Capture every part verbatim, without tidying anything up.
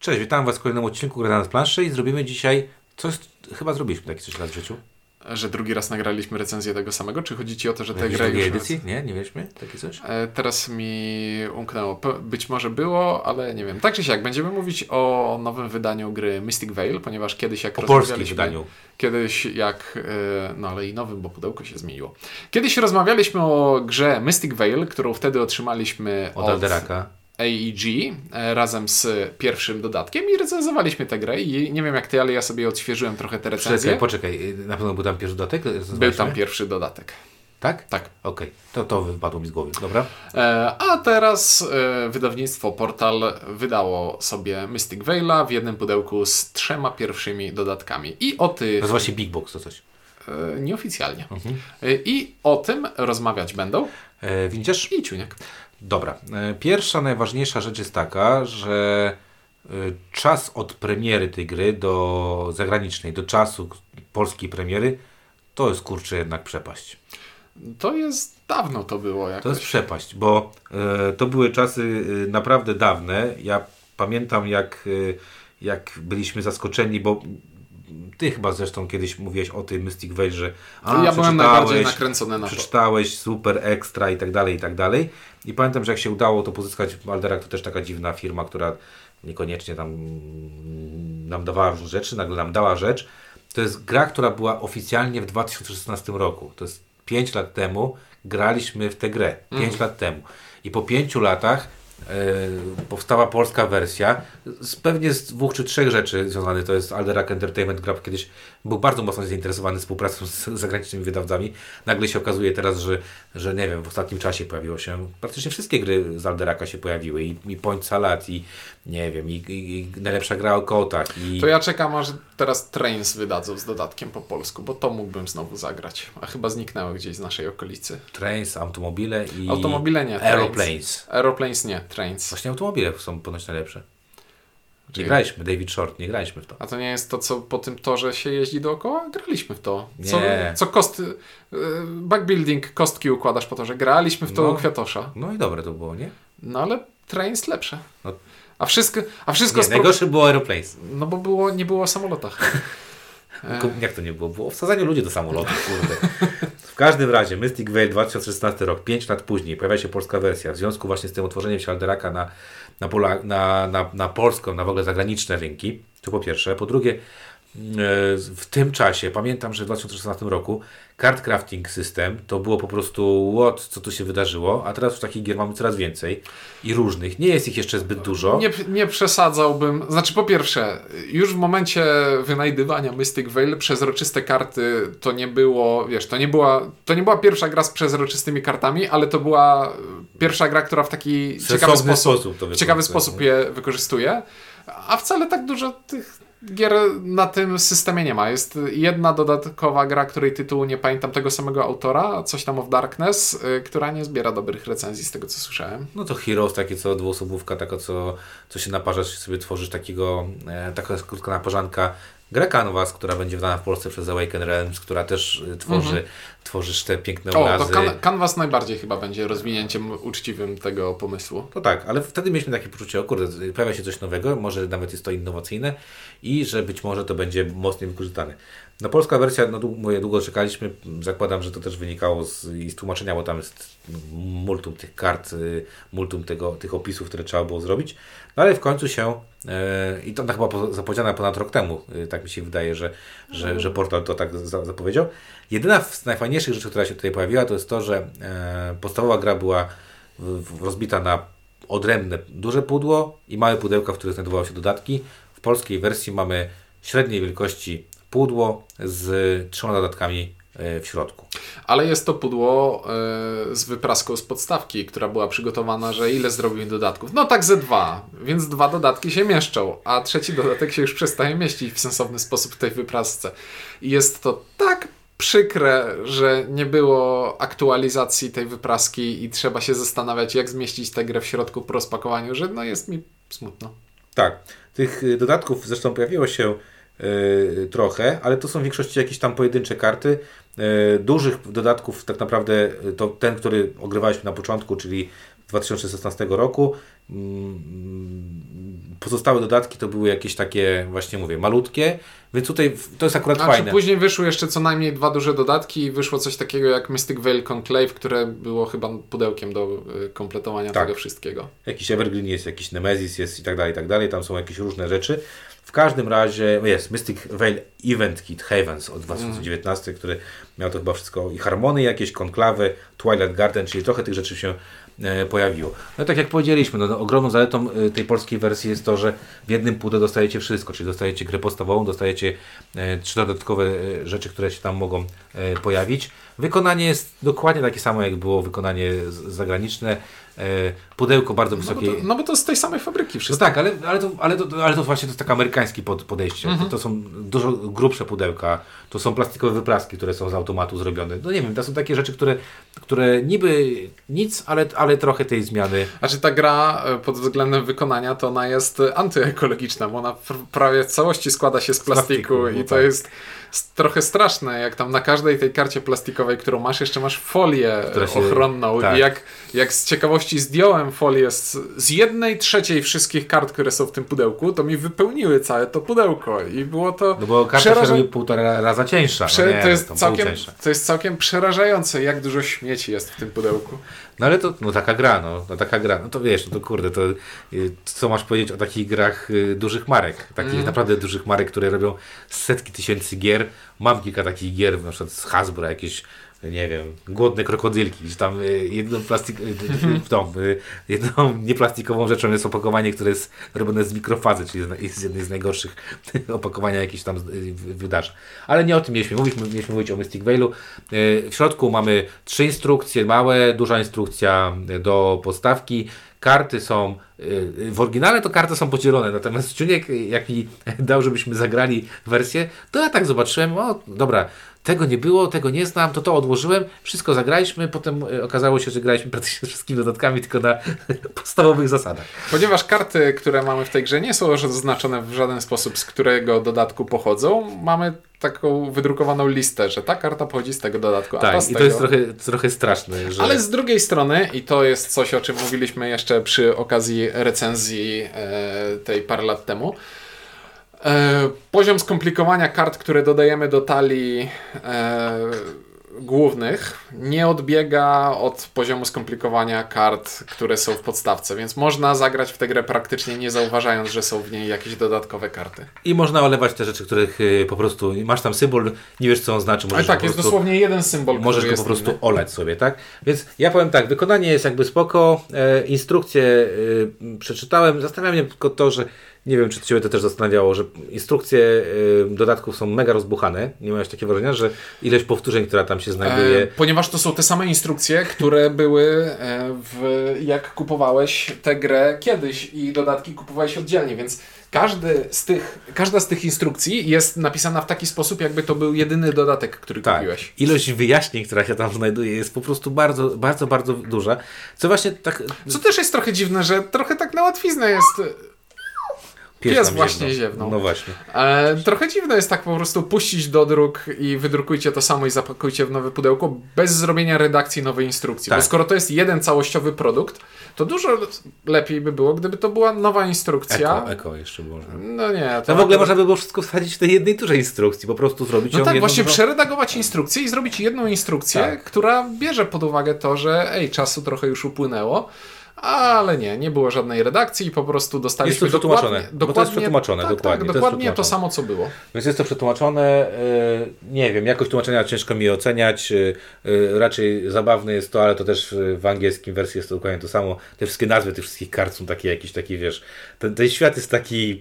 Cześć, witam Was w kolejnym odcinku Gra na planszy i zrobimy dzisiaj coś, chyba zrobiliśmy taki coś raz w życiu. Że drugi raz nagraliśmy recenzję tego samego? Czy chodzi Ci o to, że tę grę grę już... edycji? Raz... Nie, nie mieliśmy takie coś? E, teraz mi umknęło. Być może było, ale nie wiem. Tak czy siak, będziemy mówić o nowym wydaniu gry Mystic Vale, ponieważ kiedyś jak o polskim wydaniu. Kiedyś jak... E, no ale i nowym, bo pudełko się zmieniło. Kiedyś rozmawialiśmy o grze Mystic Vale, którą wtedy otrzymaliśmy od, od Alderaka. A E G razem z pierwszym dodatkiem i recenzowaliśmy tę grę i nie wiem jak ty, ale ja sobie odświeżyłem trochę te recenzje. Poczekaj, poczekaj, na pewno był tam pierwszy dodatek? Był tam pierwszy dodatek. Tak? Tak. Okej, okay. to, to wypadło mi z głowy, dobra. E, a teraz e, wydawnictwo Portal wydało sobie Mystic Vale'a w jednym pudełku z trzema pierwszymi dodatkami. I o tym... Nazywa się Big Box to coś. E, nieoficjalnie. Mhm. E, I o tym rozmawiać będą e, Windziarz i Ciuniek. Dobra. Pierwsza, najważniejsza rzecz jest taka, że czas od premiery tej gry do zagranicznej, do czasu polskiej premiery, to jest kurczę jednak przepaść. To jest, dawno to było jakoś. To jest przepaść, bo y, to były czasy y, naprawdę dawne. Ja pamiętam jak, y, jak byliśmy zaskoczeni, bo ty chyba zresztą kiedyś mówiłeś o tym Mystic Vale, że a, ja byłem najbardziej nakręcony na to. Przeczytałeś, super, ekstra i tak dalej, i tak dalej. I pamiętam, że jak się udało to pozyskać, Alderak to też taka dziwna firma, która niekoniecznie tam nam dawała różne rzeczy, nagle nam dała rzecz. To jest gra, która była oficjalnie w dwa tysiące szesnastym roku. To jest pięć lat temu graliśmy w tę grę. pięć mm. lat temu. I po pięciu latach Yy, powstała polska wersja z, pewnie z dwóch czy trzech rzeczy związanych. To jest Alderak Entertainment, gra kiedyś był bardzo mocno zainteresowany współpracą z zagranicznymi wydawcami. Nagle się okazuje teraz, że, że nie wiem, w ostatnim czasie pojawiło się, praktycznie wszystkie gry z Alderaka się pojawiły i, i Point Salad i nie wiem, i, i, i najlepsza gra o kotach. I... To ja czekam, aż teraz Trains wydadzą z dodatkiem po polsku, bo to mógłbym znowu zagrać, a chyba zniknęły gdzieś z naszej okolicy. Trains, automobile i... Automobile nie. Aeroplanes. Aeroplanes nie, Trains. Właśnie automobile są ponoć najlepsze. Nie Czyli... graliśmy, David Short, nie graliśmy w to. A to nie jest to, co po tym torze się jeździ dookoła? Graliśmy w to. Co, nie. co kost... Backbuilding, kostki układasz po torze. Graliśmy w to no, u Kwiatosza. No i dobre to było, nie? No ale Trains lepsze. No. A wszystko... A wszystko nie, spro... najgorsze było Aeroplanes. No bo było, nie było o samolotach. Jak to nie było? Było wsadzanie ludzi do samolotu, kurde. W każdym razie Mystic Vale dwa tysiące szesnasty rok, pięć lat później pojawia się polska wersja. W związku właśnie z tym utworzeniem się Alderaka na, na, Pola, na, na, na polską, na w ogóle zagraniczne rynki. To po pierwsze. Po drugie, w tym czasie, pamiętam, że w dwa tysiące szesnastym roku Card Crafting System to było po prostu what, co tu się wydarzyło, a teraz już takich gier mamy coraz więcej i różnych. Nie jest ich jeszcze zbyt dużo. Nie, nie przesadzałbym. Znaczy po pierwsze, już w momencie wynajdywania Mystic Vale przezroczyste karty to nie było, wiesz, to nie była, to nie była pierwsza gra z przezroczystymi kartami, ale to była pierwsza gra, która w taki ciekawy sposób, sposób, to w ciekawy sposób je wykorzystuje, a wcale tak dużo tych gier na tym systemie nie ma. Jest jedna dodatkowa gra, której tytułu nie pamiętam, tego samego autora, coś tam of Darkness, yy, która nie zbiera dobrych recenzji z tego, co słyszałem. No to Heroes, takie co dwuosobówka, taka co, co się naparzasz, sobie tworzysz takiego, e, taka krótka naparzanka. Gra Canvas, która będzie wydana w Polsce przez Awaken Realms, która też y, tworzy, mm-hmm. tworzysz te piękne o, obrazy. O, to can- Canvas najbardziej chyba będzie rozwinięciem uczciwym tego pomysłu. To tak, ale wtedy mieliśmy takie poczucie, o kurde, pojawia się coś nowego, może nawet jest to innowacyjne i że być może to będzie mocniej wykorzystane. No polska wersja, no długo, długo czekaliśmy, zakładam, że to też wynikało z, z tłumaczenia, bo tam jest multum tych kart, multum tego, tych opisów, które trzeba było zrobić, no ale w końcu się yy, i to chyba po, zapowiedziane ponad rok temu, yy, tak mi się wydaje, że, że, mm. że portal to tak za, zapowiedział. Jedyna z najfajniejszych rzeczy, która się tutaj pojawiła, to jest to, że yy, podstawowa gra była w, w, rozbita na odrębne duże pudło i małe pudełka, w których znajdowały się dodatki. W polskiej wersji mamy średniej wielkości pudło z trzema dodatkami w środku. Ale jest to pudło yy, z wypraską z podstawki, która była przygotowana, że ile zrobimy dodatków? No tak ze dwa, więc dwa dodatki się mieszczą, a trzeci dodatek się już przestaje mieścić w sensowny sposób w tej wyprasce. I jest to tak przykre, że nie było aktualizacji tej wypraski i trzeba się zastanawiać, jak zmieścić tę grę w środku po rozpakowaniu, że no jest mi smutno. Tak, tych dodatków zresztą pojawiło się Yy, trochę, ale to są w większości jakieś tam pojedyncze karty. Yy, dużych dodatków tak naprawdę to ten, który ogrywaliśmy na początku, czyli dwa tysiące szesnastego roku. Pozostałe dodatki to były jakieś takie, właśnie mówię, malutkie, więc tutaj to jest akurat znaczy, fajne. Później wyszły jeszcze co najmniej dwa duże dodatki i wyszło coś takiego jak Mystic Veil Conclave, które było chyba pudełkiem do kompletowania tak. tego wszystkiego. Jakiś Evergreen jest, jakiś Nemesis jest i tak dalej, i tak dalej. Tam są jakieś różne rzeczy. W każdym razie jest Mystic Veil Event Kit Havens od dwa tysiące dziewiętnastego, mm. który miał to chyba wszystko i harmony jakieś, konklawy, Twilight Garden, czyli trochę tych rzeczy się e, pojawiło. No tak jak powiedzieliśmy, no, no, ogromną zaletą e, tej polskiej wersji jest to, że w jednym pudeł dostajecie wszystko, czyli dostajecie grę podstawową, dostajecie e, trzy dodatkowe e, rzeczy, które się tam mogą e, pojawić. Wykonanie jest dokładnie takie samo, jak było wykonanie z, zagraniczne. E, pudełko bardzo wysokie. No bo, to, no bo to z tej samej fabryki wszystko. No tak, ale, ale, to, ale, to, ale to właśnie to jest takie amerykańskie pod, podejście. Mhm. To, to są dużo grubsze pudełka, to są plastikowe wypraski, które są z automatu zrobione. No nie wiem, to są takie rzeczy, które, które niby nic, ale, ale trochę tej zmiany. Znaczy ta gra pod względem wykonania to ona jest antyekologiczna, bo ona prawie w całości składa się z plastiku, z plastiku i to tak. jest trochę straszne, jak tam na każdej tej karcie plastikowej, którą masz, jeszcze masz folię się, ochronną tak. i jak, jak z ciekawości zdjąłem folię z, z jednej trzeciej wszystkich kart, które są w tym pudełku, to mi wypełniły całe to pudełko i było to... No bo karta przeraża... się robi półtora raza cieńsza. Prze... No nie, to, jest całkiem, to jest całkiem przerażające, jak dużo śmieci jest w tym pudełku. No ale to no taka gra, no, no taka gra, no to wiesz, no to kurde, to y, co masz powiedzieć o takich grach y, dużych marek, takich mm. naprawdę dużych marek, które robią setki tysięcy gier. Mam kilka takich gier, na przykład z Hasbro, jakieś, nie wiem, głodne krokodylki, że tam y, jedną plastik, y, y, tą, y, jedną nieplastikową rzeczą jest opakowanie, które jest robione z mikrofazy, czyli jest jednej z najgorszych opakowania jakichś tam y, wydarzeń. Ale nie o tym mieliśmy mówić, mieliśmy mówić o Mystic Veilu. Y, w środku mamy trzy instrukcje, małe, duża instrukcja do podstawki. Karty są, w oryginale to karty są podzielone, natomiast Czuniek, jak mi dał, żebyśmy zagrali wersję, to ja tak zobaczyłem, o dobra, tego nie było, tego nie znam, to to odłożyłem, wszystko zagraliśmy, potem okazało się, że graliśmy praktycznie wszystkimi dodatkami, tylko na podstawowych zasadach. Ponieważ karty, które mamy w tej grze nie są zaznaczone w żaden sposób, z którego dodatku pochodzą, mamy taką wydrukowaną listę, że ta karta pochodzi z tego dodatku, a tak, ta z i tego. to jest trochę, trochę straszne. Że... Ale z drugiej strony, i to jest coś, o czym mówiliśmy jeszcze przy okazji recenzji e, tej parę lat temu, e, poziom skomplikowania kart, które dodajemy do talii e, głównych, nie odbiega od poziomu skomplikowania kart, które są w podstawce, więc można zagrać w tę grę praktycznie nie zauważając, że są w niej jakieś dodatkowe karty. I można olewać te rzeczy, których y, po prostu masz tam symbol, nie wiesz co on znaczy. Ale tak, jest prostu, dosłownie jeden symbol, możesz który go po prostu inny. olać sobie, tak? Więc ja powiem tak, wykonanie jest jakby spoko, e, instrukcje e, przeczytałem, zastanawia mnie tylko to, że nie wiem, czy Ciebie to też zastanawiało, że instrukcje y, dodatków są mega rozbuchane. Nie miałeś takie wrażenia, że ileś powtórzeń, która tam się znajduje... E, ponieważ to są te same instrukcje, które były w, jak kupowałeś tę grę kiedyś i dodatki kupowałeś oddzielnie, więc każdy z tych, każda z tych instrukcji jest napisana w taki sposób, jakby to był jedyny dodatek, który tak. kupiłeś. Ilość wyjaśnień, która się tam znajduje, jest po prostu bardzo, bardzo, bardzo duża. Co właśnie tak... Co też jest trochę dziwne, że trochę tak na łatwiznę jest... Pies, Pies właśnie ziewnął. ziewnął. No właśnie. E, trochę dziwne jest tak po prostu puścić do druk i wydrukujcie to samo i zapakujcie w nowe pudełko bez zrobienia redakcji nowej instrukcji. Tak. Bo skoro to jest jeden całościowy produkt, to dużo lepiej by było, gdyby to była nowa instrukcja. Eko, eko jeszcze można. No nie. To no w ogóle to... można by było wszystko wsadzić w tej jednej dużej instrukcji, po prostu zrobić no ją tak, jedną właśnie dużą... przeredagować instrukcję i zrobić jedną instrukcję, tak. która bierze pod uwagę to, że ej, czasu trochę już upłynęło. Ale nie, nie było żadnej redakcji i po prostu dostaliśmy jest to przetłumaczone, dokładnie, dokładnie, to jest przetłumaczone, tak, dokładnie, tak, to, dokładnie jest to samo, co było. Więc jest to przetłumaczone, yy, nie wiem, jakość tłumaczenia ciężko mi oceniać, yy, yy, raczej zabawne jest to, ale to też w angielskim wersji jest to dokładnie to samo. Te wszystkie nazwy tych wszystkich kart są takie jakieś, taki wiesz, ten, ten świat jest taki...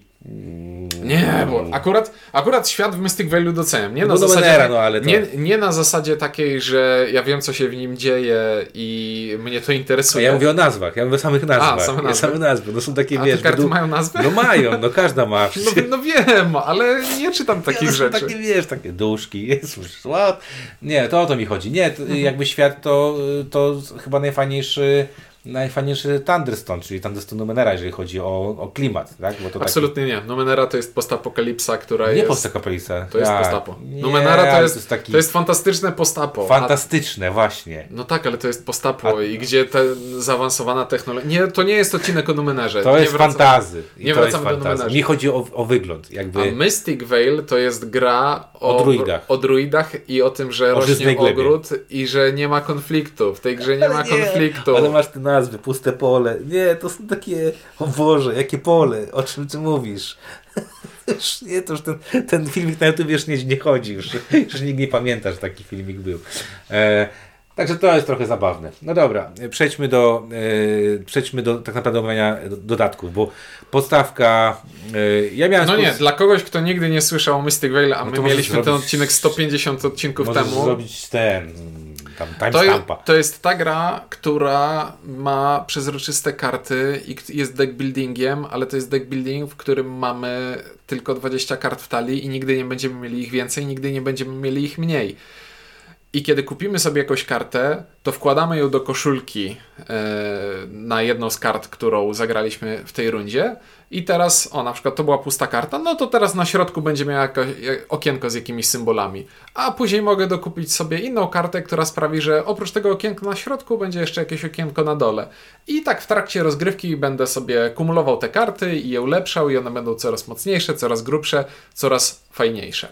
Nie, bo akurat, akurat świat w Mystic Veilu doceniam. Nie na, no zasadzie, menera, no, ale to... nie, nie na zasadzie takiej, że ja wiem, co się w nim dzieje i mnie to interesuje. Ja mówię o nazwach, ja mówię o samych nazwach. A, same nazwy. Ja same nazwy. No są takie, A wiesz... te karty du... mają nazwy? No mają, no każda ma. No, no wiem, ale nie czytam takich ja, rzeczy. Takie, wiesz, takie duszki. Jezus, what? Nie, to o to mi chodzi. Nie, to, jakby świat to, to chyba najfajniejszy najfajniejszy Thunderstone, czyli Thunderstone Numenera, jeżeli chodzi o, o klimat, tak? Bo to Absolutnie taki... nie. Numenera to jest postapokalipsa, która nie jest... Nie postapokalipsa. To jest ja, postapo. nie, Numenera to jest, to jest, taki... to jest fantastyczne postapo. Fantastyczne, a... właśnie. No tak, ale to jest postapo a... i gdzie ta zaawansowana technologia... Nie, to nie jest odcinek o Numenerze. To nie jest wracamy... fantazy. Nie wracamy do Numenerze. Mi chodzi o, o wygląd. Jakby... A Mystic Veil to jest gra o, o druidach. o druidach i o tym, że o rośnie ogród i że nie ma konfliktu. W tej grze nie ale ma nie, konfliktu. Ale masz te nazwy, puste pole. Nie, to są takie... O Boże, jakie pole? O czym ty mówisz? Już nie, to już ten, ten filmik na YouTube już nie, nie chodzi. Już, już nikt nie pamięta, że taki filmik był. E, także to jest trochę zabawne. No dobra, przejdźmy do e, przejdźmy do tak naprawdę omawiania dodatków, bo podstawka... E, ja miałem... No spod... nie, dla kogoś, kto nigdy nie słyszał o Mystic Veil, a no my mieliśmy zrobić... ten odcinek sto pięćdziesiąt odcinków możesz temu. zrobić ten... Tam, to, je, to jest ta gra, która ma przezroczyste karty i jest deck buildingiem, ale to jest deck building, w którym mamy tylko dwadzieścia kart w talii i nigdy nie będziemy mieli ich więcej, nigdy nie będziemy mieli ich mniej. I kiedy kupimy sobie jakąś kartę, to wkładamy ją do koszulki yy, na jedną z kart, którą zagraliśmy w tej rundzie. I teraz, o na przykład to była pusta karta, no to teraz na środku będzie miała jakaś, okienko z jakimiś symbolami. A później mogę dokupić sobie inną kartę, która sprawi, że oprócz tego okienka na środku będzie jeszcze jakieś okienko na dole. I tak w trakcie rozgrywki będę sobie kumulował te karty i je ulepszał i one będą coraz mocniejsze, coraz grubsze, coraz fajniejsze.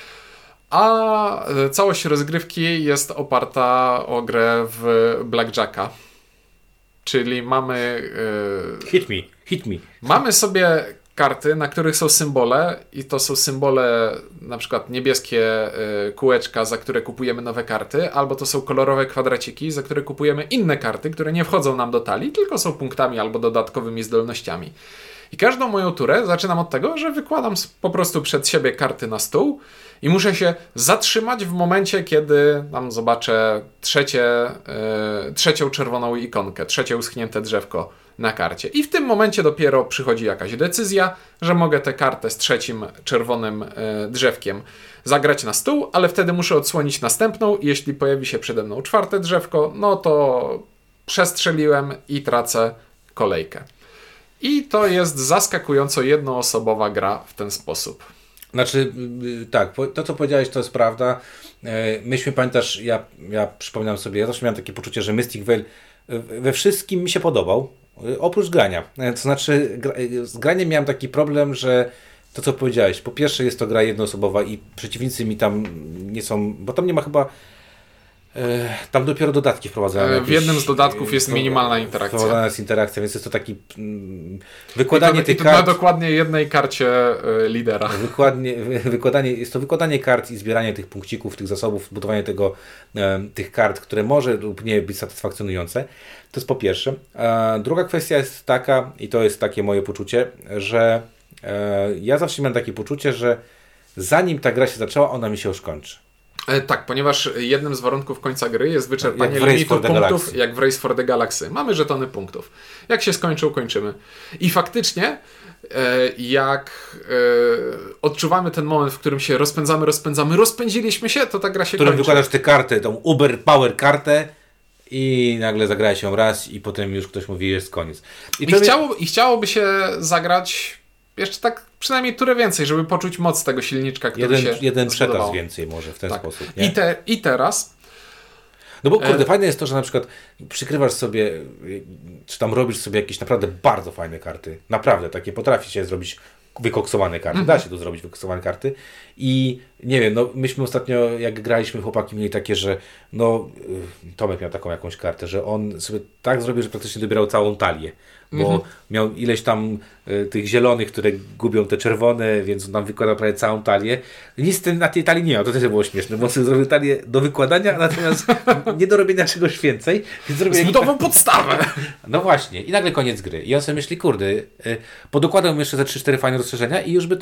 A całość rozgrywki jest oparta o grę w Blackjacka. Czyli mamy... Yy, hit me, hit me. Mamy sobie karty, na których są symbole i to są symbole na przykład niebieskie yy, kółeczka, za które kupujemy nowe karty, albo to są kolorowe kwadraciki, za które kupujemy inne karty, które nie wchodzą nam do talii, tylko są punktami albo dodatkowymi zdolnościami. I każdą moją turę zaczynam od tego, że wykładam po prostu przed siebie karty na stół i muszę się zatrzymać w momencie, kiedy tam zobaczę trzecie, yy, trzecią czerwoną ikonkę, trzecie uschnięte drzewko na karcie. I w tym momencie dopiero przychodzi jakaś decyzja, że mogę tę kartę z trzecim czerwonym yy, drzewkiem zagrać na stół, ale wtedy muszę odsłonić następną i jeśli pojawi się przede mną czwarte drzewko, no to przestrzeliłem i tracę kolejkę. I to jest zaskakująco jednoosobowa gra w ten sposób. Znaczy, tak, to co powiedziałeś to jest prawda. Myśmy, pamiętasz, ja, ja przypominam sobie, ja zawsze miałem takie poczucie, że Mystic Veil we wszystkim mi się podobał, oprócz grania. To znaczy, z graniem miałem taki problem, że to co powiedziałeś, po pierwsze jest to gra jednoosobowa i przeciwnicy mi tam nie są, bo tam nie ma chyba tam dopiero dodatki wprowadzane. W jednym z dodatków jest minimalna interakcja. Wprowadzana jest interakcja, więc jest to taki mm, wykładanie I to, tych i to kart. na dokładnie jednej karcie y, lidera. Wykładnie, wykładanie, jest to wykładanie kart i zbieranie tych punkcików, tych zasobów, budowanie tego, e, tych kart, które może lub nie być satysfakcjonujące. To jest po pierwsze. E, druga kwestia jest taka, i to jest takie moje poczucie, że e, ja zawsze miałem takie poczucie, że zanim ta gra się zaczęła, ona mi się już kończy. E, tak, ponieważ jednym z warunków końca gry jest wyczerpanie jak limitu punktów, Galaxy. jak w Race for the Galaxy. Mamy żetony punktów. Jak się skończył, kończymy. I faktycznie, e, jak e, odczuwamy ten moment, w którym się rozpędzamy, rozpędzamy, rozpędziliśmy się, to ta gra się w którym kończy. wykładasz tę kartę, tą Uber Power kartę i nagle zagrałeś ją raz i potem już ktoś mówi, jest koniec. I, I, to chciało, I chciałoby się zagrać jeszcze tak przynajmniej turę więcej, żeby poczuć moc tego silniczka, który jeden, się jeden zbudował. przetas więcej może w ten tak. sposób. Nie? I, te, I teraz... No bo kurde, e... fajne jest to, że na przykład przykrywasz sobie, czy tam robisz sobie jakieś naprawdę bardzo fajne karty. Naprawdę, takie potrafi się zrobić wykoksowane karty. Mm-hmm. Da się to zrobić wykoksowane karty. I nie wiem, no myśmy ostatnio, jak graliśmy, chłopaki mieli takie, że no Tomek miał taką jakąś kartę, że on sobie tak zrobił, że praktycznie dobierał całą talię. Bo mm-hmm. miał ileś tam y, tych zielonych, które gubią te czerwone, więc on nam wykładał prawie całą talię. Nic tym na tej talii nie miał, to też było śmieszne, bo on sobie zrobił talię do wykładania, natomiast nie do robienia czegoś więcej. Więc zrobił zbudową podstawę! No właśnie, i nagle koniec gry. I on sobie myśli, kurde, y, podokładał mu jeszcze ze trzy cztery fajne rozszerzenia i już by to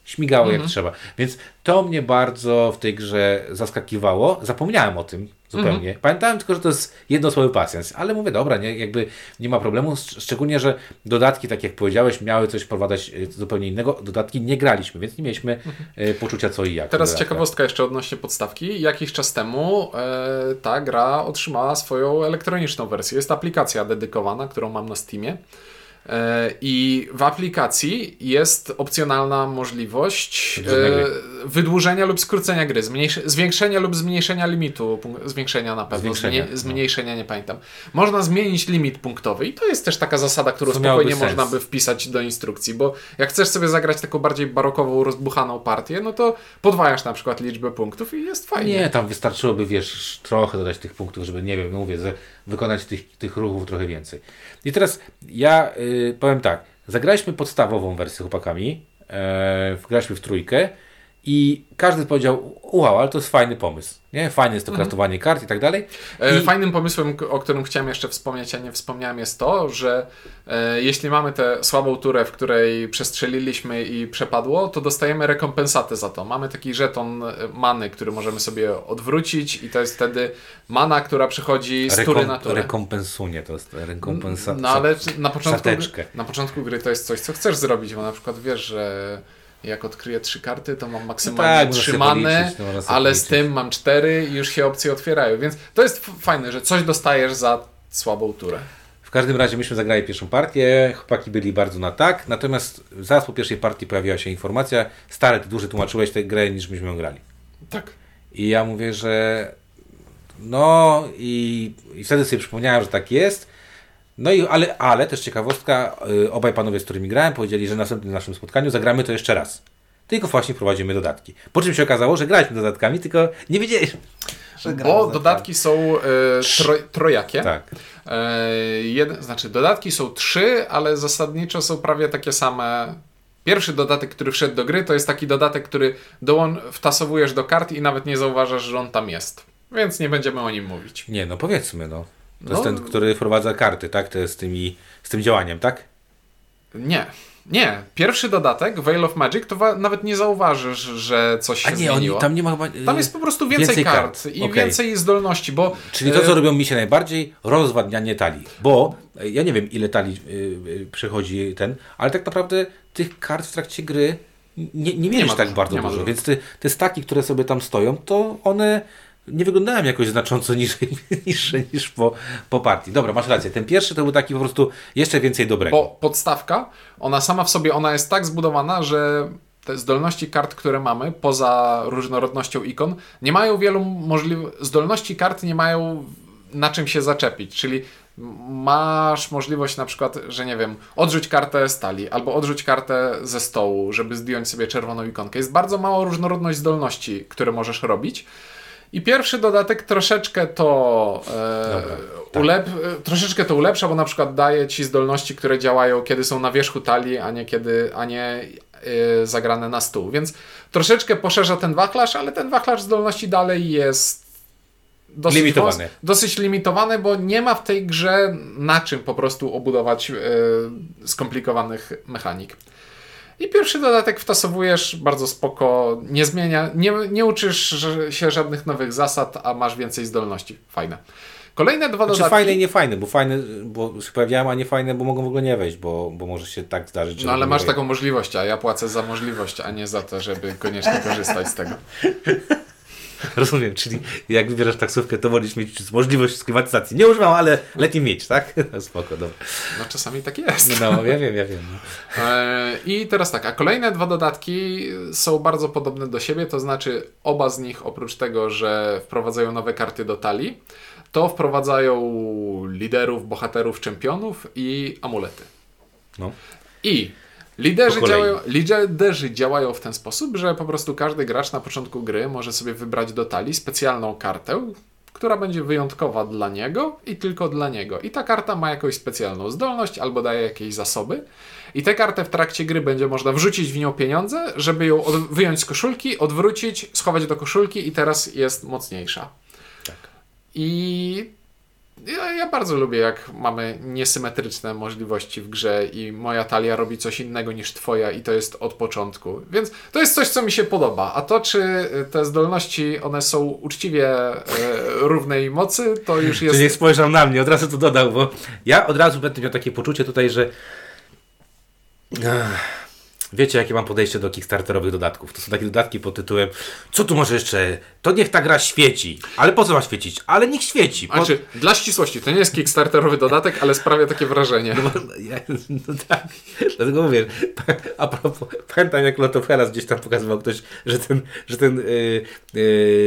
śmigało Mhm. jak trzeba. Więc to mnie bardzo w tej grze zaskakiwało. Zapomniałem o tym zupełnie. Mhm. Pamiętałem tylko, że to jest jednosłowy pasjans, ale mówię, dobra, nie, jakby nie ma problemu, Szcz- szczególnie, że dodatki, tak jak powiedziałeś, miały coś wprowadzać y, zupełnie innego. Dodatki nie graliśmy, więc nie mieliśmy y, poczucia co i jak. Teraz Dodatkach. ciekawostka jeszcze odnośnie podstawki. Jakiś czas temu e, ta gra otrzymała swoją elektroniczną wersję. Jest aplikacja dedykowana, którą mam na Steamie. E, I w aplikacji jest opcjonalna możliwość Wydłużenia gry. e, wydłużenia lub skrócenia gry, zmniejsz- zwiększenia lub zmniejszenia limitu, punk- zwiększenia na pewno, Zwiększenia, zmniej- no. zmniejszenia nie pamiętam. Można zmienić limit punktowy i to jest też taka zasada, którą Co miałoby spokojnie sens. można by wpisać do instrukcji, bo jak chcesz sobie zagrać taką bardziej barokową, rozbuchaną partię, no to podwajasz na przykład liczbę punktów i jest fajnie. Nie, tam wystarczyłoby, wiesz, trochę dodać tych punktów, żeby, nie wiem, no mówię, ze- wykonać tych, tych ruchów trochę więcej. I teraz ja y, powiem tak, zagraliśmy podstawową wersję z chłopakami, e, graliśmy w trójkę i każdy powiedział, wow, ale to jest fajny pomysł, nie? Fajne jest to kraftowanie kart i tak dalej. E, I- Fajnym pomysłem, k- o którym chciałem jeszcze wspomnieć, a nie wspomniałem, jest to, że e, jeśli mamy tę słabą turę, w której przestrzeliliśmy i przepadło, to dostajemy rekompensatę za to. Mamy taki żeton e, many, który możemy sobie odwrócić i to jest wtedy mana, która przychodzi z tury na Rekom- turę. rekompensunie, to jest rekompensacja. No ale na początku, Szateczkę. na początku gry to jest coś, co chcesz zrobić, bo na przykład wiesz, że jak odkryję trzy karty, to mam maksymalnie tak, można trzy sobie many, policzyć, no, można sobie ale z policzyć. tym mam cztery i już się opcje otwierają. Więc to jest f- fajne, że coś dostajesz za słabą turę. W każdym razie myśmy zagrali pierwszą partię, chłopaki byli bardzo na tak, natomiast zaraz po pierwszej partii pojawiła się informacja, stary, ty dłużej tłumaczyłeś tę grę niż myśmy ją grali. Tak. I ja mówię, że no i, i wtedy sobie przypomniałem, że tak jest. No i ale, ale też ciekawostka, y, obaj panowie, z którymi grałem, powiedzieli, że na następnym naszym spotkaniu zagramy to jeszcze raz. Tylko właśnie prowadzimy dodatki. Po czym się okazało, że graliśmy dodatkami, tylko nie wiedzieliśmy, że gramy Bo dodatkami. dodatki są e, tro, trojakie. Tak. E, jeden, znaczy dodatki są trzy, ale zasadniczo są prawie takie same. Pierwszy dodatek, który wszedł do gry, to jest taki dodatek, który dołą- wtasowujesz do kart i nawet nie zauważasz, że on tam jest. Więc nie będziemy o nim mówić. Nie, no powiedzmy, no. To No. jest ten, który wprowadza karty, tak? To jest z, tymi, z tym działaniem, tak? Nie. Nie. Pierwszy dodatek, Veil of Magic, to wa- nawet nie zauważysz, że coś się A nie, oni, zmieniło. tam nie ma chyba... y, Tam jest po prostu więcej, więcej kart, kart. i Okej. więcej zdolności, bo... Czyli to, e, co robią mi się najbardziej, rozwadnianie talii. Bo e, ja nie wiem, ile talii y, y, przechodzi ten, ale tak naprawdę tych kart w trakcie gry nie, nie mieliś ma tak dużo, bardzo nie ma dużo. dużo. Więc te, te staki, które sobie tam stoją, to one nie wyglądają jakoś znacząco niżej, niższe niż po, po partii. Dobra, masz rację. Ten pierwszy to był taki po prostu jeszcze więcej dobrego. Bo podstawka, ona sama w sobie, ona jest tak zbudowana, że te zdolności kart, które mamy, poza różnorodnością ikon, nie mają wielu możliwości, zdolności kart nie mają na czym się zaczepić, czyli masz możliwość na przykład, że nie wiem, odrzuć kartę z talii, albo odrzuć kartę ze stołu, żeby zdjąć sobie czerwoną ikonkę. Jest bardzo mała różnorodność zdolności, które możesz robić. I pierwszy dodatek troszeczkę to e, Dobra, tak. ulep, e, troszeczkę to ulepsza, bo na przykład daje ci zdolności, które działają, kiedy są na wierzchu talii, a nie kiedy, a nie e, zagrane na stół. Więc troszeczkę poszerza ten wachlarz, ale ten wachlarz zdolności dalej jest dosyć Limitowany. wąs- dosyć limitowany, bo nie ma w tej grze na czym po prostu obudować e, skomplikowanych mechanik. I pierwszy dodatek wtasowujesz bardzo spoko, nie zmienia, nie, nie uczysz że- się żadnych nowych zasad, a masz więcej zdolności. Fajne. Kolejne dwa Znaczy dodatki. fajne i niefajne, bo fajne, bo się pojawiają, a niefajne, bo mogą w ogóle nie wejść, bo, bo może się tak zdarzyć, że... No ale nie masz wejdą. taką możliwość, a ja płacę za możliwość, a nie za to, żeby koniecznie korzystać z tego. Rozumiem, czyli jak wybierasz taksówkę, to wolisz mieć możliwość klimatyzacji. Nie używam, ale lepiej mieć, tak? No, spoko, dobra. No czasami tak jest. No, ja wiem, ja wiem. E, I teraz tak, a kolejne dwa dodatki są bardzo podobne do siebie, to znaczy oba z nich oprócz tego, że wprowadzają nowe karty do talii, to wprowadzają liderów, bohaterów, czempionów i amulety. No. I liderzy Po kolei. działają, liderzy działają w ten sposób, że po prostu każdy gracz na początku gry może sobie wybrać do talii specjalną kartę, która będzie wyjątkowa dla niego i tylko dla niego. I ta karta ma jakąś specjalną zdolność albo daje jakieś zasoby. I tę kartę w trakcie gry będzie można wrzucić w nią pieniądze, żeby ją od- wyjąć z koszulki, odwrócić, schować do koszulki i teraz jest mocniejsza. Tak. I Ja, ja bardzo lubię, jak mamy niesymetryczne możliwości w grze i moja talia robi coś innego niż twoja i to jest od początku. Więc to jest coś, co mi się podoba. A to, czy te zdolności, one są uczciwie e, równej mocy, to już jest... Czy niech spojrzał na mnie, od razu to dodał, bo ja od razu będę miał takie poczucie tutaj, że Ach, wiecie, jakie mam podejście do kickstarterowych dodatków. To są takie dodatki pod tytułem, co tu może jeszcze, to niech ta gra świeci. Ale po co ma świecić? Ale niech świeci. Po... Znaczy, dla ścisłości, to nie jest kickstarterowy dodatek, ale sprawia takie wrażenie. No, ja, no tak, dlatego mówię, a propos, pamiętam jak Lotoferas gdzieś tam pokazywał ktoś, że ten, że ten yy, yy,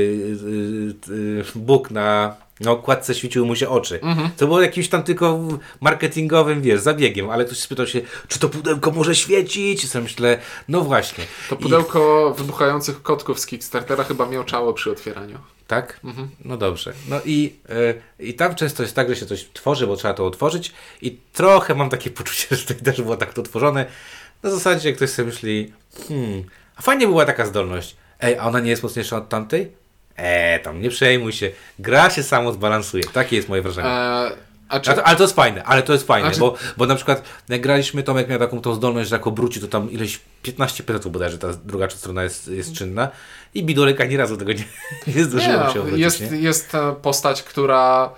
yy, Bóg na, na okładce świeciły mu się oczy. Mhm. To było jakimś tam tylko marketingowym, wiesz, zabiegiem, ale ktoś spytał się, czy to pudełko może świecić? I sobie myślę, no właśnie. To pudełko I... wybuchających kotków z Kickstartera chyba miałczało przy otwieraniu. Tak? Mhm. No dobrze. No i, yy, i tam często jest tak, że się coś tworzy, bo trzeba to otworzyć i trochę mam takie poczucie, że to też było tak to tworzone. Na zasadzie, jak ktoś sobie myśli, hmm, a fajnie była taka zdolność. Ej, a ona nie jest mocniejsza od tamtej? Eee, tam nie przejmuj się. Gra się samo zbalansuje. Takie jest moje wrażenie. Eee, a czy... a to, ale to jest fajne, ale to jest fajne, czy... bo, bo na przykład jak graliśmy, Tomek miał taką tą zdolność, że jak obróci, to tam ileś piętnaście procent bodajże ta druga strona jest, jest czynna i Bidolek ani razu tego nie, nie zdążyło nie, się obrócić. Jest, nie? jest postać, która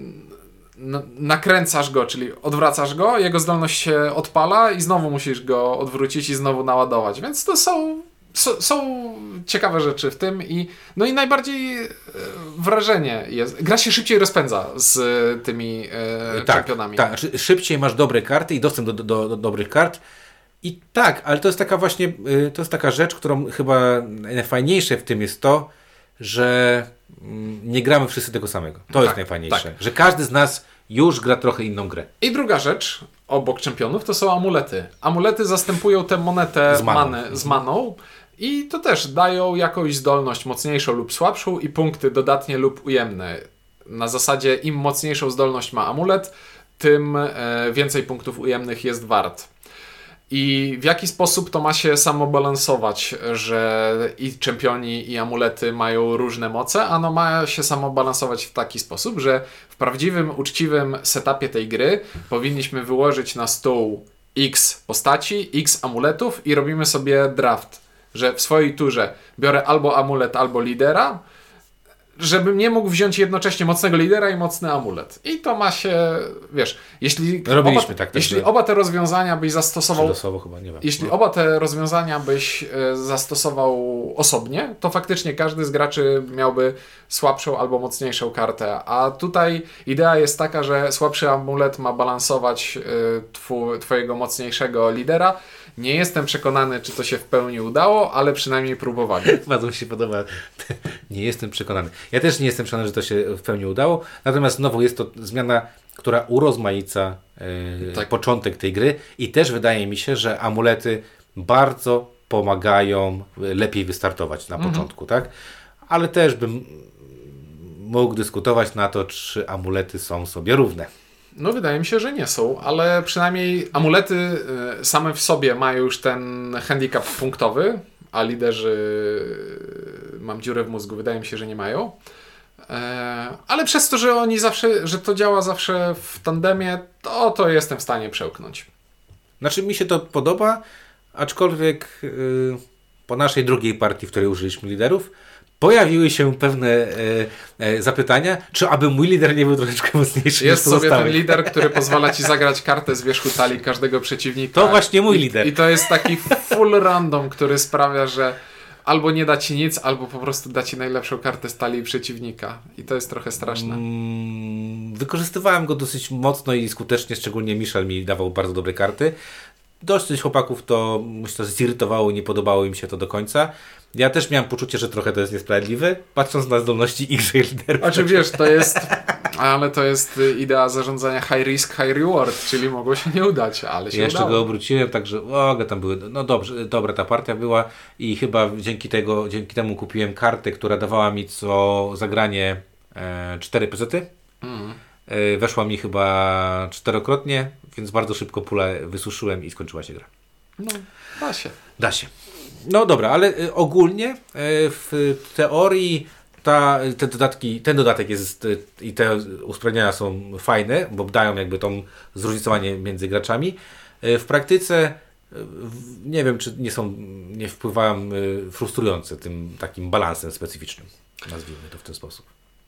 nakręcasz go, czyli odwracasz go, jego zdolność się odpala i znowu musisz go odwrócić i znowu naładować, więc to są So, są ciekawe rzeczy w tym i no i najbardziej e, wrażenie jest. Gra się szybciej rozpędza z e, tymi e, tak, czempionami. Tak, szybciej masz dobre karty i dostęp do, do, do dobrych kart. I tak, ale to jest taka właśnie, to jest taka rzecz, którą chyba najfajniejsze w tym jest to, że nie gramy wszyscy tego samego. To tak, jest najfajniejsze. Tak. Że każdy z nas już gra trochę inną grę. I druga rzecz, obok czempionów, to są amulety. Amulety zastępują tę monetę z maną. Manę, z maną. I to też dają jakąś zdolność mocniejszą lub słabszą i punkty dodatnie lub ujemne. Na zasadzie im mocniejszą zdolność ma amulet, tym e, więcej punktów ujemnych jest wart. I w jaki sposób to ma się samobalansować, że i czempioni, i amulety mają różne moce? Ano ma się samobalansować w taki sposób, że w prawdziwym, uczciwym setupie tej gry powinniśmy wyłożyć na stół X postaci, X amuletów i robimy sobie draft. Że w swojej turze biorę albo amulet, albo lidera, żebym nie mógł wziąć jednocześnie mocnego lidera i mocny amulet. I to ma się, wiesz, jeśli, Robiliśmy oba, tak, jeśli oba te rozwiązania byś zastosował, chyba, nie wiem. jeśli no. oba te rozwiązania byś zastosował osobnie, to faktycznie każdy z graczy miałby słabszą albo mocniejszą kartę. A tutaj idea jest taka, że słabszy amulet ma balansować twu, twojego mocniejszego lidera. Nie jestem przekonany, czy to się w pełni udało, ale przynajmniej próbowali. Bardzo mi się podoba. Nie jestem przekonany. Ja też nie jestem przekonany, że to się w pełni udało. Natomiast znowu jest to zmiana, która urozmaica yy, tak. początek tej gry i też wydaje mi się, że amulety bardzo pomagają lepiej wystartować na mhm. początku, tak? Ale też bym mógł dyskutować na to, czy amulety są sobie równe. No wydaje mi się, że nie są, ale przynajmniej amulety same w sobie mają już ten handicap punktowy, a liderzy, mam dziurę w mózgu, wydaje mi się, że nie mają. Ale przez to, że oni zawsze, że to działa zawsze w tandemie, to to jestem w stanie przełknąć. Znaczy mi się to podoba, aczkolwiek yy, po naszej drugiej partii, w której użyliśmy liderów, pojawiły się pewne e, e, zapytania, czy aby mój lider nie był troszeczkę mocniejszy. Jest sobie zostały. Ten lider, który pozwala ci zagrać kartę z wierzchu talii każdego przeciwnika. To właśnie mój I, lider. I to jest taki full random, który sprawia, że albo nie da ci nic, albo po prostu da ci najlepszą kartę z talii przeciwnika. I to jest trochę straszne. Mm, wykorzystywałem go dosyć mocno i skutecznie, szczególnie Michel mi dawał bardzo dobre karty. Dość chłopaków to myślę, że zirytowało i nie podobało im się to do końca. Ja też miałem poczucie, że trochę to jest niesprawiedliwe, patrząc na zdolności ich liderów. Znaczy wiesz, to jest, ale to jest idea zarządzania high risk, high reward, czyli mogło się nie udać, ale się ja jeszcze udało. go obróciłem, także o, tam były, no dobrze, dobra ta partia była i chyba dzięki tego, dzięki temu kupiłem kartę, która dawała mi co zagranie e, cztery pezety. Mm. E, weszła mi chyba czterokrotnie, więc bardzo szybko pulę wysuszyłem i skończyła się gra. No, da się. Da się. No dobra, ale ogólnie w teorii ta, te dodatki, ten dodatek jest i te usprawnienia są fajne, bo dają jakby tą zróżnicowanie między graczami. W praktyce nie wiem, czy nie są, nie wpływają frustrujące tym takim balansem specyficznym. Nazwijmy to w ten sposób.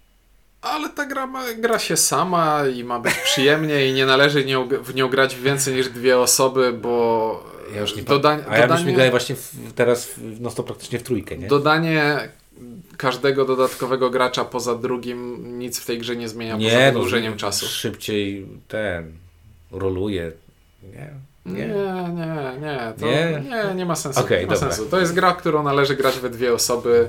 Ale ta gra, ma, gra się sama i ma być przyjemnie i nie należy nią, w nią grać więcej niż dwie osoby, bo ja już nie dodań, A ja dodanie, byśmy grali właśnie w, teraz w, no to praktycznie w trójkę, nie? Dodanie każdego dodatkowego gracza poza drugim nic w tej grze nie zmienia nie, poza wydłużeniem no, czasu. Szybciej ten roluje. Nie. Nie, nie, nie, nie, to nie? nie, nie ma sensu. Okay, nie ma dobra. sensu. To jest gra, w którą należy grać we dwie osoby.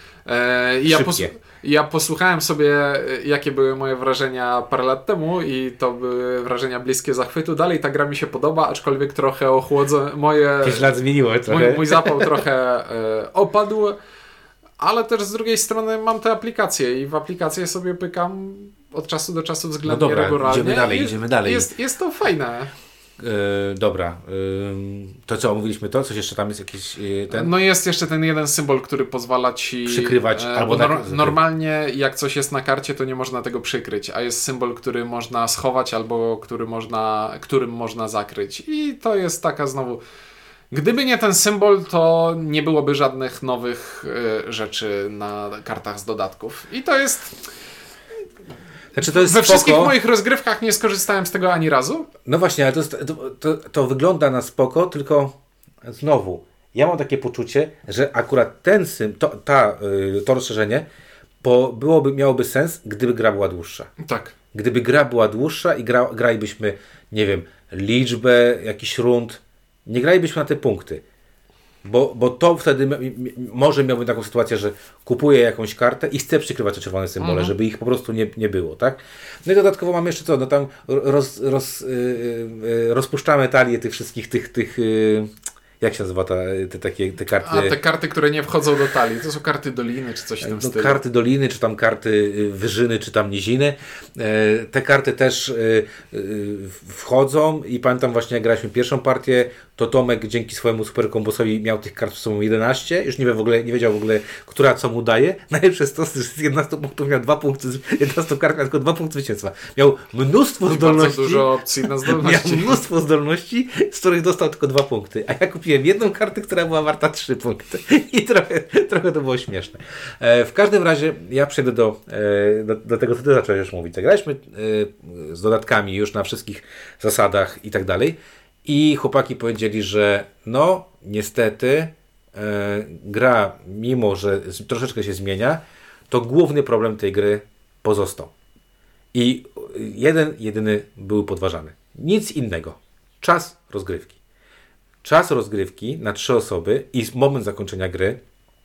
E, i ja, pos- ja posłuchałem sobie, jakie były moje wrażenia parę lat temu i to były wrażenia bliskie zachwytu. Dalej ta gra mi się podoba, aczkolwiek trochę ochłodzę moje... pięć lat zmieniło trochę. Mój, mój zapał trochę e, opadł, ale też z drugiej strony mam te aplikacje i w aplikacje sobie pykam od czasu do czasu względnie no dobra, regularnie. idziemy dalej, I idziemy dalej. Jest, jest to fajne. Yy, dobra. Yy, to co, omówiliśmy to? Coś jeszcze tam jest jakiś yy, ten? No jest jeszcze ten jeden symbol, który pozwala ci przykrywać. E, albo nor- na... Normalnie jak coś jest na karcie, to nie można tego przykryć, a jest symbol, który można schować albo który można, którym można zakryć. I to jest taka znowu... Gdyby nie ten symbol, to nie byłoby żadnych nowych y, rzeczy na kartach z dodatków. I to jest... Znaczy, to jest We spoko. wszystkich moich rozgrywkach nie skorzystałem z tego ani razu. No właśnie, ale to, jest, to, to, to wygląda na spoko, tylko znowu, ja mam takie poczucie, że akurat ten sym, to, ta, y, to rozszerzenie po, byłoby, miałoby sens, gdyby gra była dłuższa. Tak. Gdyby gra była dłuższa i gra, gralibyśmy, nie wiem, liczbę jakichś rund, nie gralibyśmy na te punkty. Bo, bo to wtedy mi, mi, może miałbym taką sytuację, że kupuję jakąś kartę i chcę przykrywać te czerwone symbole, mhm. żeby ich po prostu nie, nie było, tak? No i dodatkowo mam jeszcze co, no tam roz, roz, yy, yy, rozpuszczamy talię tych wszystkich tych, tych yy, jak się nazywa ta, te takie te karty? A te karty, które nie wchodzą do talii, to są karty doliny, czy coś w tym no, stylu. Karty doliny, czy tam karty wyżyny, czy tam niziny. E, te karty też e, e, wchodzą i pamiętam właśnie, jak graliśmy pierwszą partię, to Tomek dzięki swojemu super kombosowi miał tych kart w sumie jedenaście, już nie, wie w ogóle, nie wiedział w ogóle, która co mu daje. Najlepsze jest to, że z jedenastu punktów miał dwa punkty, z jedenastu kart miał tylko dwa punkty zwycięstwa. Miał mnóstwo I zdolności. Bardzo dużo opcji na zdolności. Miał mnóstwo zdolności, z których dostał tylko dwa punkty. A ja kupiłem jedną kartę, która była warta trzy punkty. I trochę, trochę to było śmieszne. E, w każdym razie ja przejdę do, e, do, do tego, co ty zacząłeś już mówić. Zagraliśmy e, z dodatkami już na wszystkich zasadach i tak dalej. I chłopaki powiedzieli, że no niestety e, gra, mimo że troszeczkę się zmienia, to główny problem tej gry pozostał. I jeden, jedyny był podważany. Nic innego. Czas rozgrywki. Czas rozgrywki na trzy osoby i moment zakończenia gry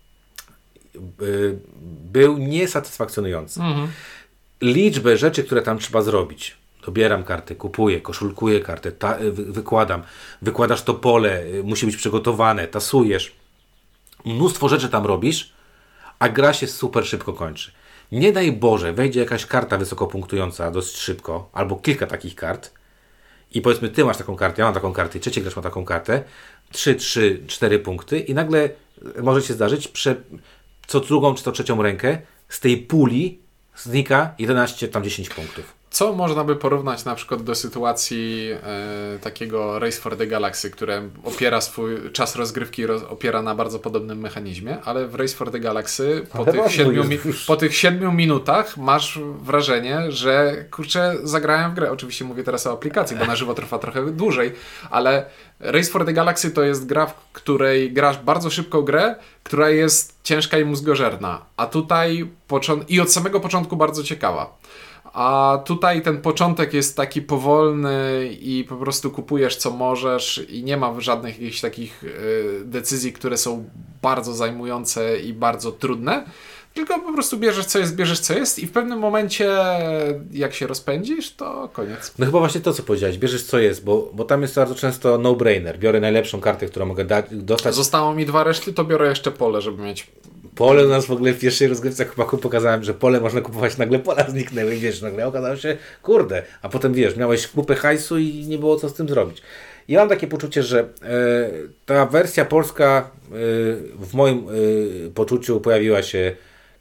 yy, był niesatysfakcjonujący. Mhm. Liczbę rzeczy, które tam trzeba zrobić. Dobieram kartę, kupuję, koszulkuję kartę, ta, wy, wykładam, wykładasz to pole, y, musi być przygotowane, tasujesz. Mnóstwo rzeczy tam robisz, a gra się super szybko kończy. Nie daj Boże, wejdzie jakaś karta wysoko punktująca dość szybko, albo kilka takich kart i powiedzmy, ty masz taką kartę, ja mam taką kartę i trzeci gracz ma taką kartę, trzy, trzy, cztery punkty i nagle może się zdarzyć, prze, co drugą czy to trzecią rękę z tej puli znika jedenaście, tam dziesięć punktów. Co można by porównać na przykład do sytuacji e, takiego Race for the Galaxy, które opiera swój czas rozgrywki roz, opiera na bardzo podobnym mechanizmie, ale w Race for the Galaxy po, tych siedmiu, mi, po tych siedmiu minutach masz wrażenie, że kurczę, zagrałem w grę. Oczywiście mówię teraz o aplikacji, bo na żywo trwa trochę dłużej, ale Race for the Galaxy to jest gra, w której grasz bardzo szybką grę, która jest ciężka i mózgożerna, a tutaj począ- i od samego początku bardzo ciekawa. A tutaj ten początek jest taki powolny i po prostu kupujesz co możesz i nie ma żadnych jakichś takich y, decyzji, które są bardzo zajmujące i bardzo trudne, tylko po prostu bierzesz co jest, bierzesz co jest i w pewnym momencie jak się rozpędzisz, to koniec. No chyba właśnie to, co powiedziałeś, bierzesz co jest, bo, bo tam jest bardzo często no-brainer. Biorę najlepszą kartę, którą mogę dać, dostać. Zostało mi dwa reszty, to biorę jeszcze pole, żeby mieć... Pole u nas w ogóle w pierwszej rozgrywce chłopaku pokazałem, że pole można kupować, nagle pola zniknęły i wiesz, nagle okazało się, kurde, a potem wiesz, miałeś kupę hajsu i nie było co z tym zrobić. Ja mam takie poczucie, że e, ta wersja polska e, w moim e, poczuciu pojawiła się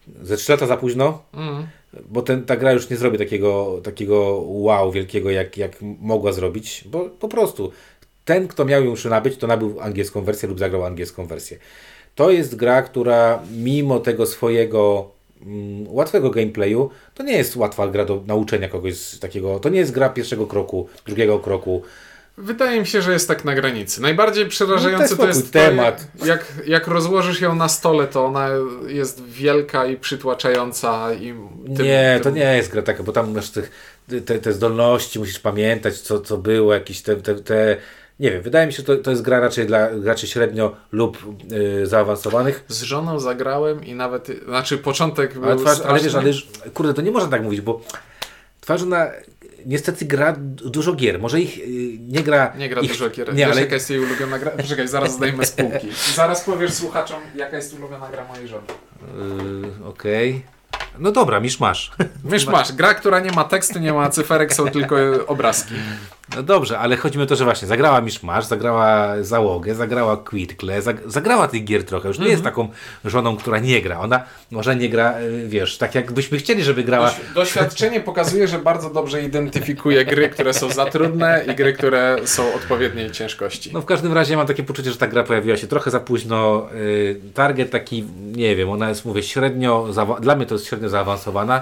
ze trzy lata za późno, Mm. bo ten, ta gra już nie zrobi takiego, takiego wow wielkiego, jak, jak mogła zrobić, bo po prostu ten, kto miał ją już nabyć, to nabył angielską wersję lub zagrał angielską wersję. To jest gra, która mimo tego swojego mm, łatwego gameplayu, to nie jest łatwa gra do nauczenia kogoś takiego, to nie jest gra pierwszego kroku, drugiego kroku. Wydaje mi się, że jest tak na granicy. Najbardziej przerażający No, to jest temat. To, jak, jak rozłożysz ją na stole, to ona jest wielka i przytłaczająca. I tym, nie, tym... to nie jest gra taka, bo tam masz tych, te, te zdolności, musisz pamiętać, co, co było, jakieś te, te, te... Nie wiem, wydaje mi się, że to, to jest gra raczej dla graczy średnio lub yy, zaawansowanych. Z żoną zagrałem i nawet, znaczy początek ale był twarz, ale wiesz, straszny. ale kurde, to nie można tak mówić, bo twarz na niestety gra dużo gier. Może ich yy, nie gra... Nie gra ich, dużo gier. Nie, Wiesz, ale... jaka jest jej ulubiona gra? Poczekaj, zaraz zdejmę z półki. Zaraz powiesz słuchaczom, jaka jest ulubiona gra mojej żony. Yy, Okej. Okay. No dobra, misz masz. Misz masz. Gra, która nie ma tekstu, nie ma cyferek, są tylko obrazki. No dobrze, ale chodzi mi o to, że właśnie zagrała misz masz, zagrała Załogę, zagrała Quitcle, zag zagrała tych gier trochę. Już nie mm-hmm. jest taką żoną, która nie gra. Ona może nie gra, wiesz, tak jakbyśmy chcieli, żeby grała. Doświadczenie pokazuje, że bardzo dobrze identyfikuje gry, które są za trudne i gry, które są odpowiedniej ciężkości. No w każdym razie mam takie poczucie, że ta gra pojawiła się trochę za późno. Target taki, nie wiem, ona jest, mówię, średnio, dla mnie to jest średnio zaawansowana.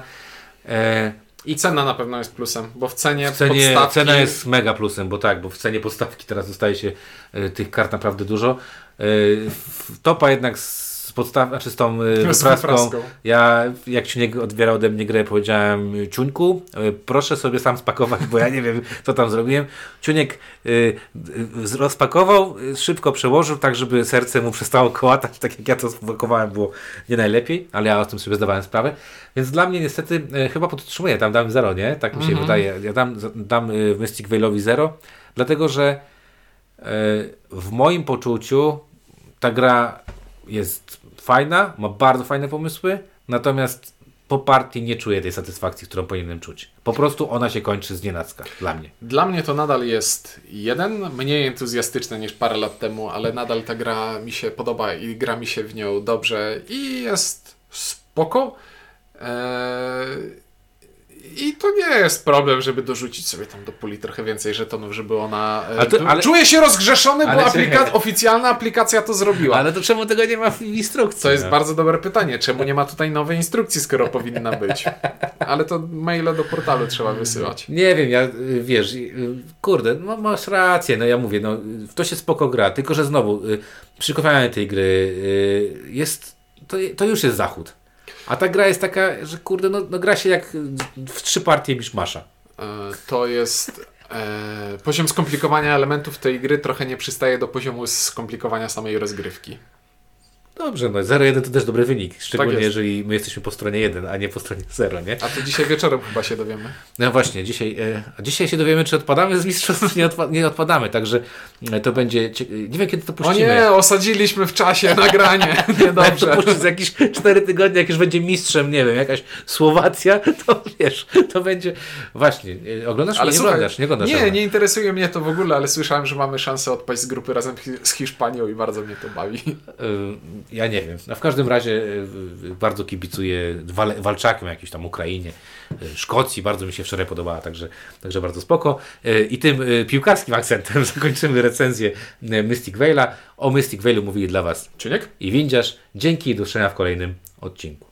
I cena na pewno jest plusem, bo w cenie, w cenie podstawki... Cena jest mega plusem, bo tak, bo w cenie podstawki teraz dostaje się y, tych kart naprawdę dużo. Y, topa jednak z podstaw, znaczy z tą y, wypraską. Ja, jak Ciuniek odbierał ode mnie grę, powiedziałem: Ciuńku, y, proszę sobie sam spakować, bo ja nie wiem, co tam zrobiłem. Ciuniek y, y, rozpakował, y, szybko przełożył, tak żeby serce mu przestało kołatać, tak jak ja to spakowałem, było nie najlepiej, ale ja o tym sobie zdawałem sprawę. Więc dla mnie niestety, y, chyba podtrzymuję, tam dam zero, nie? Tak mi się mm-hmm. wydaje. Ja dam, dam y, Mystic Vale'owi zero, dlatego że y, w moim poczuciu ta gra jest fajna, ma bardzo fajne pomysły, natomiast po partii nie czuję tej satysfakcji, którą powinienem czuć. Po prostu ona się kończy z nienacka, dla mnie. Dla mnie to nadal jest jeden, mniej entuzjastyczny niż parę lat temu, ale nadal ta gra mi się podoba i gra mi się w nią dobrze i jest spoko. Eee... I to nie jest problem, żeby dorzucić sobie tam do puli trochę więcej żetonów, żeby ona... Ale to, ale... Czuję się rozgrzeszony, bo aplika... oficjalna aplikacja to zrobiła. Ale to czemu tego nie ma w instrukcji? To jest no. bardzo dobre pytanie. Czemu nie ma tutaj nowej instrukcji, skoro powinna być? Ale to maile do portalu trzeba wysyłać. Nie wiem, ja wiesz, kurde, no masz rację, no ja mówię, no to się spoko gra, tylko że znowu przygotowanie tej gry jest, to, to już jest zachód. A ta gra jest taka, że kurde, no, no gra się jak w trzy partie miszmasza. E, to jest... E, poziom skomplikowania elementów tej gry trochę nie przystaje do poziomu skomplikowania samej rozgrywki. Dobrze, no zero jeden to też dobry wynik. Szczególnie tak jeżeli my jesteśmy po stronie jeden, a nie po stronie zero, nie? A to dzisiaj wieczorem chyba się dowiemy. No właśnie, dzisiaj, e, dzisiaj się dowiemy, czy odpadamy z mistrzostw, nie, odpa- nie odpadamy, także to będzie... Cie- nie wiem, kiedy to puścimy. O nie, osadziliśmy w czasie nagranie. Niedobrze. To puścić za jakieś cztery tygodnie, jak już będzie mistrzem, nie wiem, jakaś Słowacja, to wiesz, to będzie... Właśnie, oglądasz? Ale nie słuchaj, oglądasz, nie oglądasz. Nie, nie interesuje mnie to w ogóle, ale słyszałem, że mamy szansę odpaść z grupy razem z Hiszpanią i bardzo mnie to bawi. Ja nie wiem. No w każdym razie bardzo kibicuję wal- walczakom jakiejś tam Ukrainie, Szkocji. Bardzo mi się wczoraj podobała, także, także bardzo spoko. I tym piłkarskim akcentem zakończymy recenzję Mystic Vale'a. O Mystic Vale'u mówili dla Was Ciuniek i Windziarz. Dzięki i do zobaczenia w kolejnym odcinku.